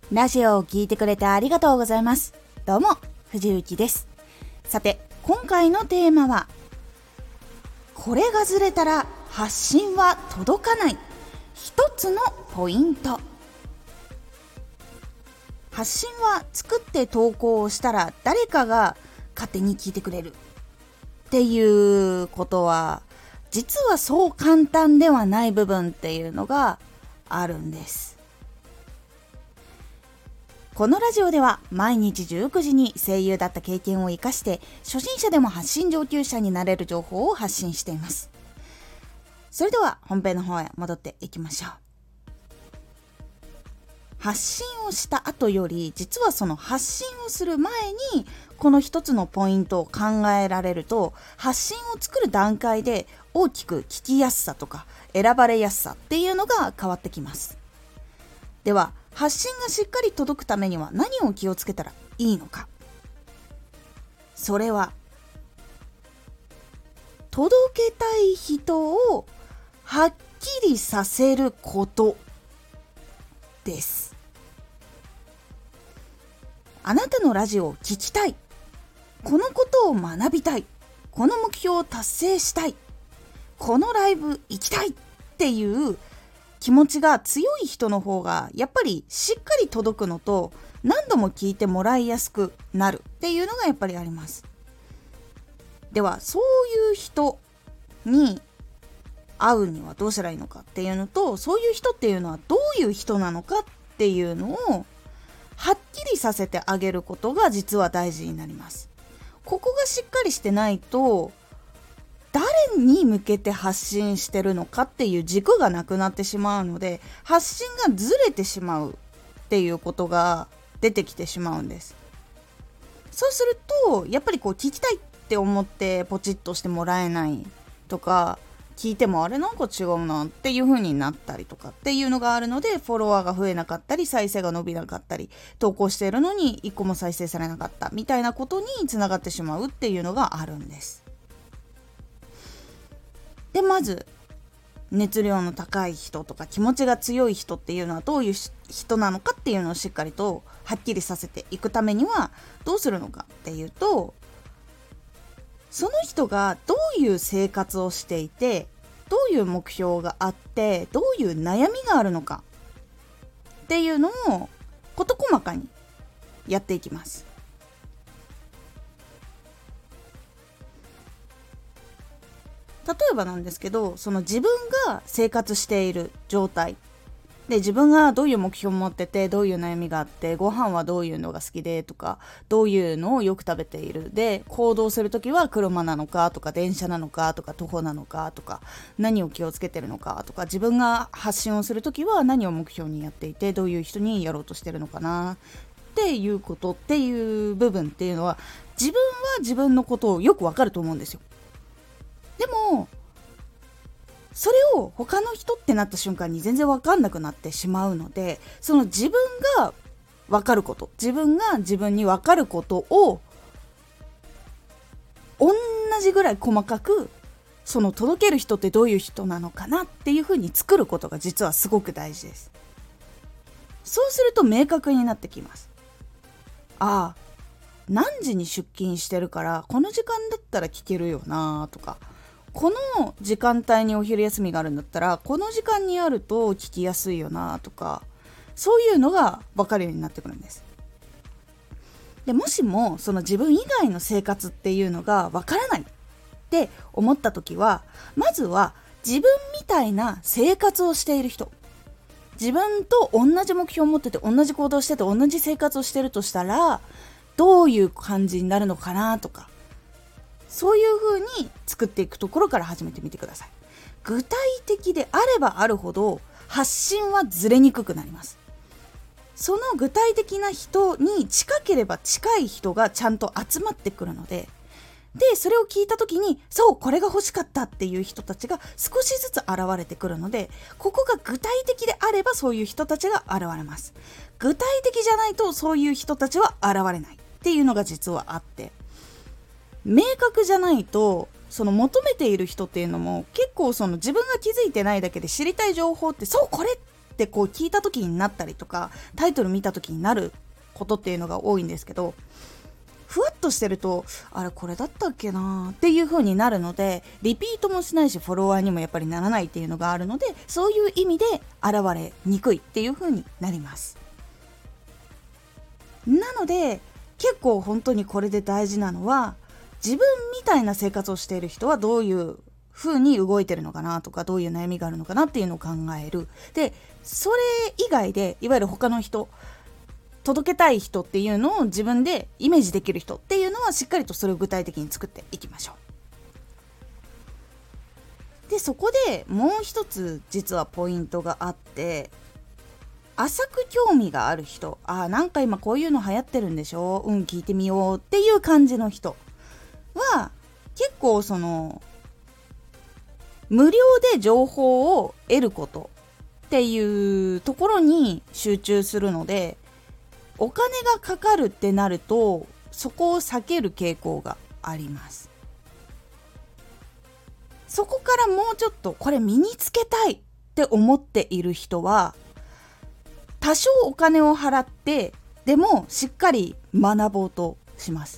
ラジオを聞いてくれてありがとうございます。どうも、藤幸です。さて、今回のテーマは、これがずれたら発信は届かない一つのポイント。発信は作って投稿をしたら誰かが勝手に聞いてくれるっていうことは、実はそう簡単ではない部分っていうのがあるんです。このラジオでは毎日19時に声優だった経験を生かして初心者でも発信上級者になれる情報を発信しています。それでは本編の方へ戻っていきましょう。発信をした後より、実はその発信をする前にこの一つのポイントを考えられると、発信を作る段階で大きく聞きやすさとか選ばれやすさっていうのが変わってきます。では発信がしっかり届くためには何を気をつけたらいいのか。それは届けたい人をはっきりさせることです。あなたのラジオを聞きたい、このことを学びたい、この目標を達成したい、このライブ行きたいっていう気持ちが強い人の方がやっぱりしっかり届くのと、何度も聞いてもらいやすくなるっていうのがやっぱりあります。ではそういう人に会うにはどうしたらいいのかっていうのと、そういう人っていうのはどういう人なのかっていうのをはっきりさせてあげることが実は大事になります。ここがしっかりしてないと、誰に向けて発信してるのかっていう軸がなくなってしまうので、発信がずれてしまうっていうことが出てきてしまうんです。そうするとやっぱり聞きたいって思ってポチッとしてもらえないとか、聞いてもあれなんか違うなっていう風になったりとかっていうのがあるので、フォロワーが増えなかったり再生が伸びなかったり、投稿しているのに1個も再生されなかったみたいなことにつながってしまうっていうのがあるんです。で、まず熱量の高い人とか気持ちが強い人っていうのはどういう人なのかっていうのをしっかりとはっきりさせていくためにはどうするのかっていうと、その人がどういう生活をしていて、どういう目標があって、どういう悩みがあるのかっていうのを事細かにやっていきます。例えばなんですけど、その自分が生活している状態で、自分がどういう目標を持ってて、どういう悩みがあって、ご飯はどういうのが好きでとか、どういうのをよく食べているで、行動するときは車なのかとか、電車なのかとか、徒歩なのかとか、何を気をつけてるのかとか、自分が発信をするときは何を目標にやっていて、どういう人にやろうとしてるのかなっていうことっていう部分っていうのは、自分は自分のことをよくわかると思うんですよ。でもそれを他の人ってなった瞬間に全然分かんなくなってしまうので、その自分が分かること、自分が自分に分かることを同じぐらい細かく、その届ける人ってどういう人なのかなっていう風に作ることが実はすごく大事です。そうすると明確になってきます。ああ、何時に出勤してるからこの時間だったら聞けるよなとか、この時間帯にお昼休みがあるんだったらこの時間にあると聞きやすいよなとか、そういうのが分かるようになってくるんです。でもしもその自分以外の生活っていうのが分からないって思った時は、まずは自分みたいな生活をしている人、自分と同じ目標を持ってて、同じ行動してて、同じ生活をしてるとしたらどういう感じになるのかなとか、そういう風に作っていくところから始めてみてください。具体的であればあるほど発信はずれにくくなります。その具体的な人に近ければ近い人がちゃんと集まってくるので、それを聞いた時に、そうこれが欲しかったっていう人たちが少しずつ現れてくるので、ここが具体的であればそういう人たちが現れます。具体的じゃないとそういう人たちは現れないっていうのが実はあって、明確じゃないとその求めている人っていうのも結構その自分が気づいてないだけで知りたい情報って、そうこれっってこう聞いた時になったりとか、タイトル見た時になることっていうのが多いんですけど、ふわっとしてるとあれこれだったっけなっていう風になるので、リピートもしないしフォロワーにもやっぱりならないっていうのがあるので、そういう意味で現れにくいっていう風になります。なので結構本当にこれで大事なのは、自分みたいな生活をしている人はどういう風に動いてるのかなとか、どういう悩みがあるのかなっていうのを考える。でそれ以外でいわゆる他の人、届けたい人っていうのを自分でイメージできる人っていうのはしっかりとそれを具体的に作っていきましょう。でそこでもう一つ実はポイントがあって、浅く興味がある人、なんか今こういうの流行ってるんでしょ、聞いてみようっていう感じの人は結構その無料で情報を得ることっていうところに集中するので、お金がかかるってなるとそこを避ける傾向があります。そこからもうちょっとこれ身につけたいって思っている人は、多少お金を払ってでもしっかり学ぼうとします。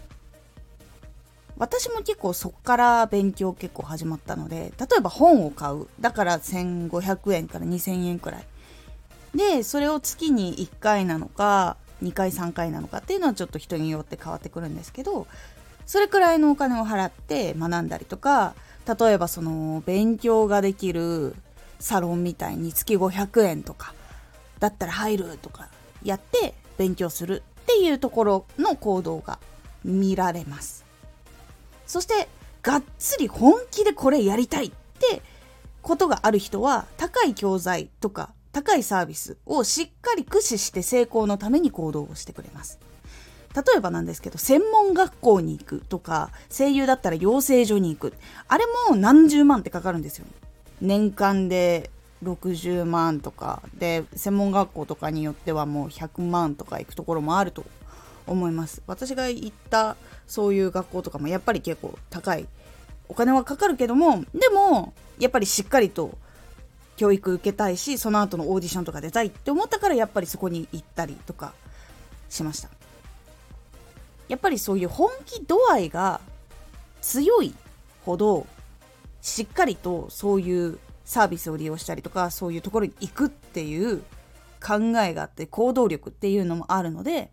私も結構そこから勉強結構始まったので、例えば本を買う、だから1500円から2000円くらいで、それを月に1回なのか2回3回なのかっていうのはちょっと人によって変わってくるんですけど、それくらいのお金を払って学んだりとか、例えばその勉強ができるサロンみたいに月500円とかだったら入るとかやって勉強するっていうところの行動が見られます。そしてがっつり本気でこれやりたいってことがある人は、高い教材とか高いサービスをしっかり駆使して成功のために行動をしてくれます。例えばなんですけど、専門学校に行くとか、声優だったら養成所に行く、あれも何十万ってかかるんですよ。年間で60万とかで、専門学校とかによってはもう100万とか行くところもあると思います。私が行ったそういう学校とかもやっぱり結構高いお金はかかるけども、でもやっぱりしっかりと教育受けたいし、その後のオーディションとか出たいって思ったから、やっぱりそこに行ったりとかしました。やっぱりそういう本気度合いが強いほど、しっかりとそういうサービスを利用したりとか、そういうところに行くっていう考えがあって、行動力っていうのもあるので、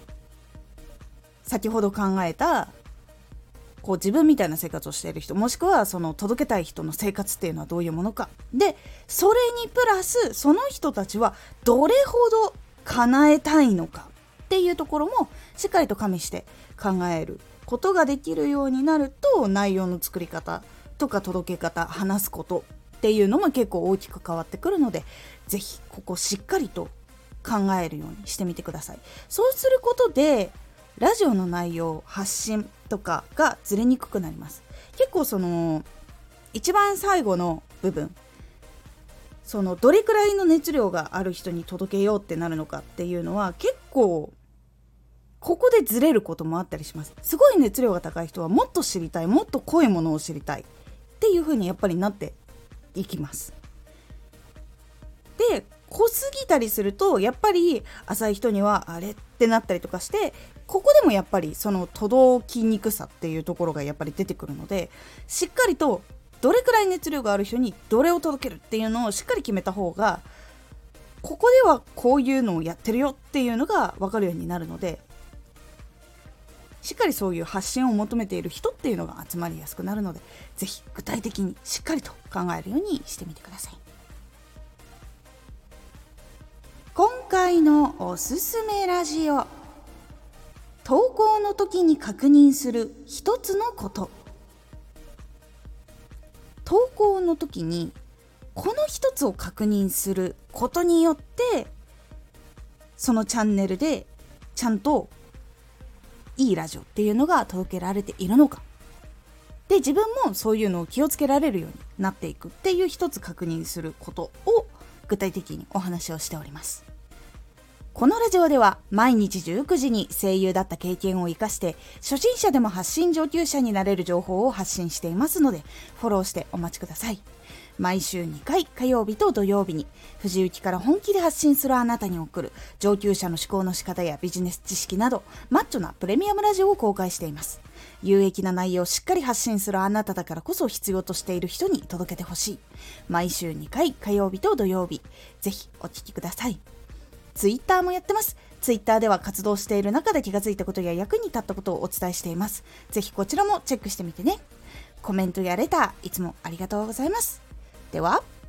先ほど考えたこう自分みたいな生活をしている人、もしくはその届けたい人の生活っていうのはどういうものかで、それにプラスその人たちはどれほど叶えたいのかっていうところもしっかりと加味して考えることができるようになると、内容の作り方とか届け方、話すことっていうのも結構大きく変わってくるので、ぜひここしっかりと考えるようにしてみてください。そうすることでラジオの内容、発信とかがずれにくくなります。結構その一番最後の部分、そのどれくらいの熱量がある人に届けようってなるのかっていうのは、結構ここでずれることもあったりします。すごい熱量が高い人はもっと知りたい、もっと濃いものを知りたいっていう風にやっぱりなっていきます。で、濃すぎたりするとやっぱり浅い人にはあれってなったりとかして、ここでもやっぱりその届きにくさっていうところがやっぱり出てくるので、しっかりとどれくらい熱量がある人にどれを届けるっていうのをしっかり決めた方が、ここではこういうのをやってるよっていうのが分かるようになるので、しっかりそういう発信を求めている人っていうのが集まりやすくなるので、ぜひ具体的にしっかりと考えるようにしてみてください。今回のおすすめラジオ、投稿の時に確認する一つのこと。投稿の時にこの一つを確認することによって、そのチャンネルでちゃんといいラジオっていうのが届けられているのかで、自分もそういうのを気をつけられるようになっていくっていう一つ確認することを具体的にお話をしております。このラジオでは毎日19時に声優だった経験を生かして初心者でも発信上級者になれる情報を発信していますので、フォローしてお待ちください。 毎週2回火曜日と土曜日に藤雪から本気で発信するあなたに送る上級者の思考の仕方やビジネス知識などマッチョなプレミアムラジオを公開しています。有益な内容をしっかり発信するあなただからこそ必要としている人に届けてほしい。毎週2回火曜日と土曜日、ぜひお聞きください。ツイッターもやってます。ツイッターでは活動している中で気がついたことや役に立ったことをお伝えしています。ぜひこちらもチェックしてみてね。コメントやレターいつもありがとうございます。では。